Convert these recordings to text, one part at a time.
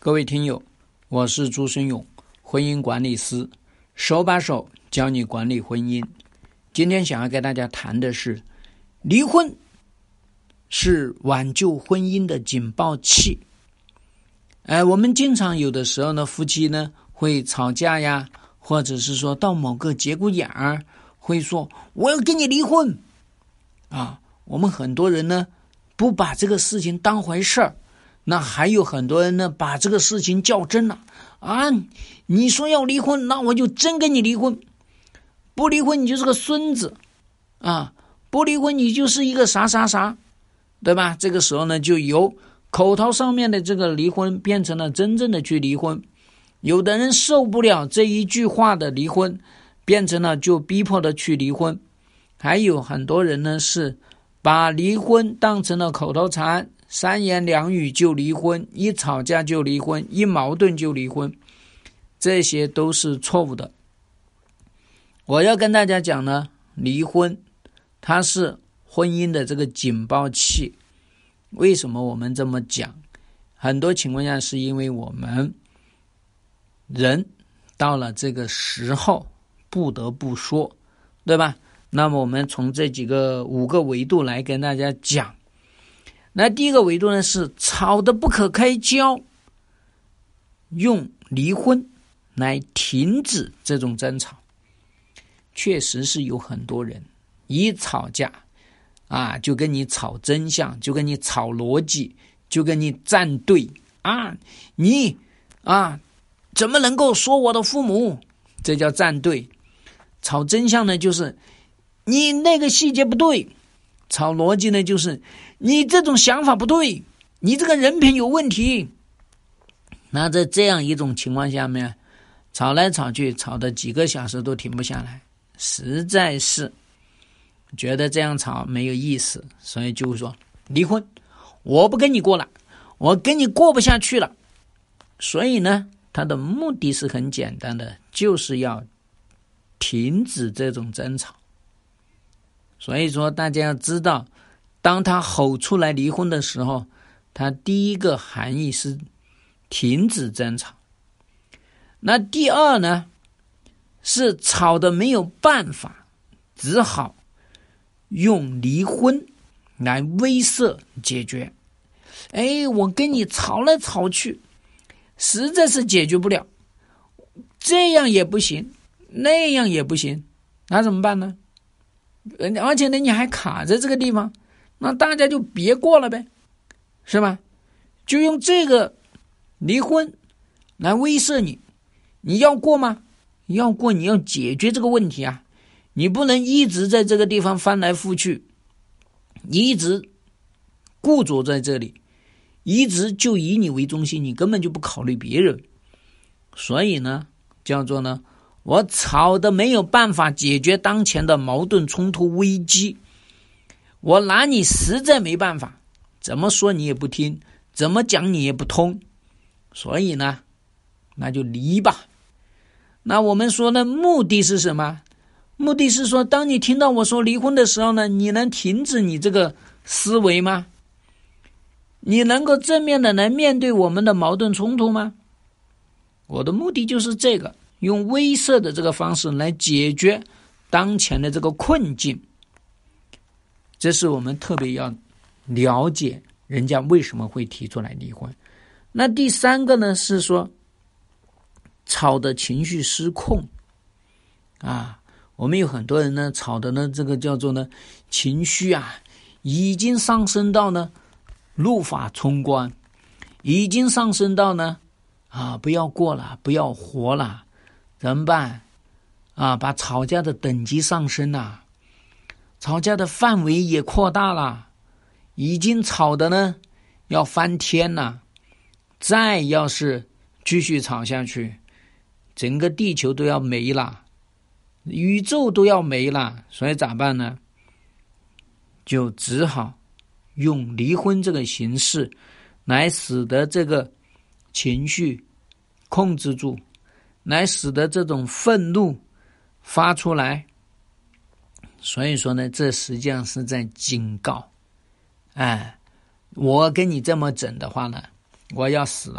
各位听友，我是朱生勇，婚姻管理师，手把手教你管理婚姻。今天想要跟大家谈的是，离婚是挽救婚姻的警报器。我们经常有的时候呢，夫妻呢会吵架呀，或者是说到某个节骨眼儿会说我要跟你离婚啊。我们很多人呢不把这个事情当回事儿，那还有很多人呢把这个事情较真了啊！你说要离婚，那我就真跟你离婚，不离婚你就是个孙子啊，不离婚你就是一个啥啥啥，对吧？这个时候呢，就由口头上面的这个离婚变成了真正的去离婚。有的人受不了这一句话的离婚，变成了就逼迫的去离婚。还有很多人呢是把离婚当成了口头禅，三言两语就离婚，一吵架就离婚，一矛盾就离婚，这些都是错误的。我要跟大家讲呢，离婚它是婚姻的这个警报器。为什么我们这么讲？很多情况下是因为我们人到了这个时候不得不说，对吧？那么我们从这5个维度来跟大家讲。那第一个维度呢是吵得不可开交，用离婚来停止这种争吵。确实是有很多人一吵架就跟你吵真相，就跟你吵逻辑，就跟你站队你怎么能够说我的父母？这叫站队。吵真相呢就是你那个细节不对，吵逻辑呢就是你这种想法不对，你这个人品有问题。那在这样一种情况下面，吵来吵去，吵的几个小时都停不下来，实在是觉得这样吵没有意思，所以就说离婚，我不跟你过了，我跟你过不下去了。所以呢，他的目的是很简单的，就是要停止这种争吵。所以说大家要知道，当他吼出来离婚的时候，他第一个含义是停止争吵。那第二呢，是吵得没有办法，只好用离婚来威慑解决。我跟你吵来吵去，实在是解决不了，这样也不行，那样也不行，那怎么办呢？而且呢你还卡在这个地方，那大家就别过了呗，是吧？就用这个离婚来威慑你。你要过吗？要过，你要解决这个问题啊，你不能一直在这个地方翻来覆去，一直固着在这里，一直就以你为中心，你根本就不考虑别人。所以呢，叫做呢，我吵得没有办法解决当前的矛盾冲突危机，我拿你实在没办法，怎么说你也不听，怎么讲你也不通，所以呢，那就离吧。那我们说呢，目的是什么？目的是说，当你听到我说离婚的时候呢，你能停止你这个思维吗？你能够正面的来面对我们的矛盾冲突吗？我的目的就是这个，用威慑的这个方式来解决当前的这个困境。这是我们特别要了解人家为什么会提出来离婚。那第三个呢，是说吵的情绪失控我们有很多人呢吵的呢，这个叫做呢情绪已经上升到呢怒发冲冠，已经上升到呢不要过了，不要活了，怎么办把吵架的等级上升了，吵架的范围也扩大了，已经吵的呢要翻天了，再要是继续吵下去，整个地球都要没了，宇宙都要没了。所以咋办呢？就只好用离婚这个形式来使得这个情绪控制住，来使得这种愤怒发出来。所以说呢，这实际上是在警告我跟你这么整的话呢，我要死了，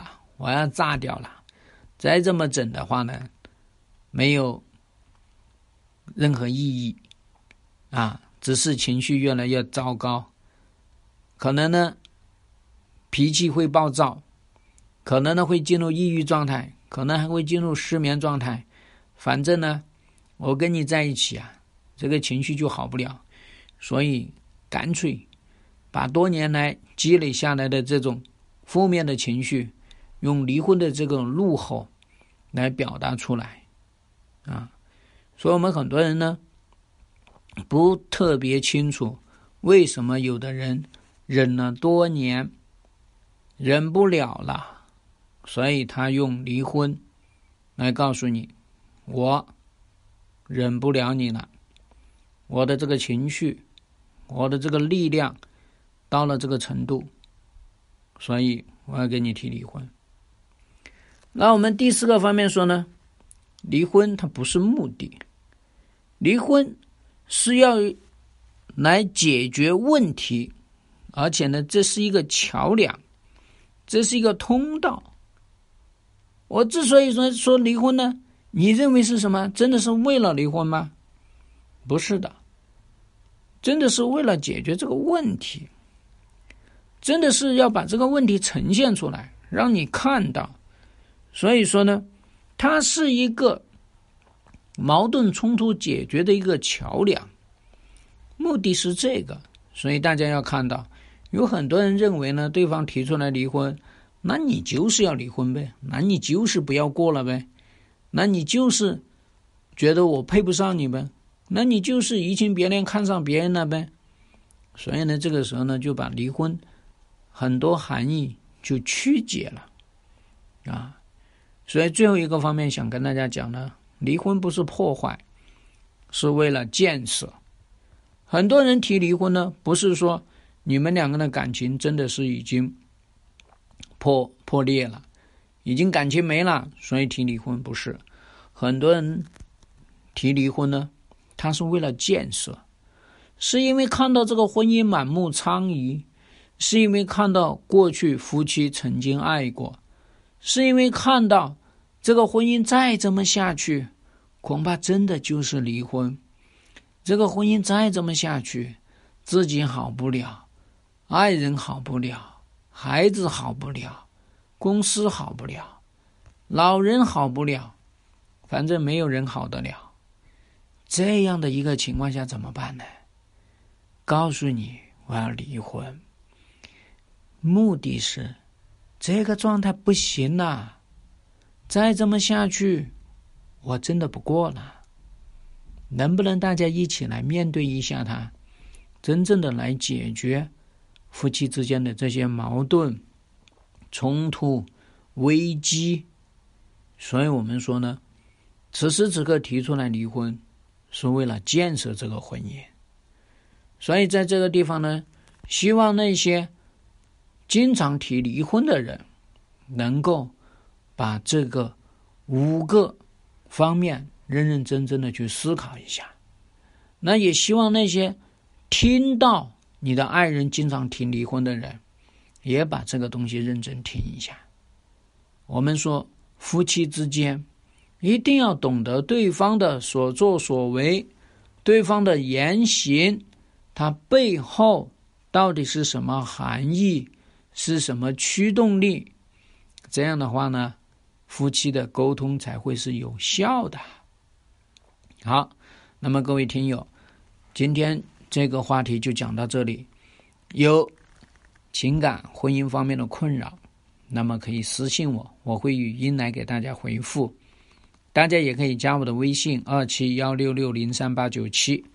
我要炸掉了。再这么整的话呢，没有任何意义啊，只是情绪越来越糟糕，可能呢脾气会暴躁，可能呢会进入抑郁状态，可能还会进入失眠状态。反正呢我跟你在一起啊，这个情绪就好不了。所以干脆把多年来积累下来的这种负面的情绪，用离婚的这种怒吼来表达出来啊。所以我们很多人呢不特别清楚，为什么有的人忍了多年忍不了了，所以他用离婚来告诉你，我忍不了你了，我的这个情绪，我的这个力量到了这个程度，所以我要跟你提离婚。那我们第四个方面说呢，离婚它不是目的，离婚是要来解决问题，而且呢这是一个桥梁，这是一个通道。我之所以说离婚呢，你认为是什么？真的是为了离婚吗？不是的，真的是为了解决这个问题，真的是要把这个问题呈现出来，让你看到。所以说呢，它是一个矛盾冲突解决的一个桥梁，目的是这个。所以大家要看到，有很多人认为呢，对方提出来离婚，那你就是要离婚呗，那你就是不要过了呗，那你就是觉得我配不上你呗，那你就是移情别恋，看上别人了呗。所以呢，这个时候呢，就把离婚很多含义就曲解了啊。所以最后一个方面想跟大家讲呢，离婚不是破坏，是为了建设。很多人提离婚呢，不是说你们两个的感情真的是已经破裂了，已经感情没了，所以提离婚。不是，很多人提离婚呢，他是为了建设，是因为看到这个婚姻满目疮痍，是因为看到过去夫妻曾经爱过，是因为看到这个婚姻再这么下去，恐怕真的就是离婚。这个婚姻再这么下去，自己好不了，爱人好不了，孩子好不了，公司好不了，老人好不了，反正没有人好得了。这样的一个情况下怎么办呢？告诉你，我要离婚，目的是这个状态不行了，再这么下去我真的不过了。能不能大家一起来面对一下它，真正的来解决夫妻之间的这些矛盾、冲突、危机。所以我们说呢，此时此刻提出来离婚是为了建设这个婚姻。所以在这个地方呢，希望那些经常提离婚的人能够把这个5个方面认认真真的去思考一下。那也希望那些听到你的爱人经常提离婚的人，也把这个东西认真听一下。我们说夫妻之间一定要懂得对方的所作所为，对方的言行，它背后到底是什么含义，是什么驱动力。这样的话呢，夫妻的沟通才会是有效的。好，那么各位听友，今天这个话题就讲到这里。有情感婚姻方面的困扰，那么可以私信我，我会语音来给大家回复。大家也可以加我的微信2716603897，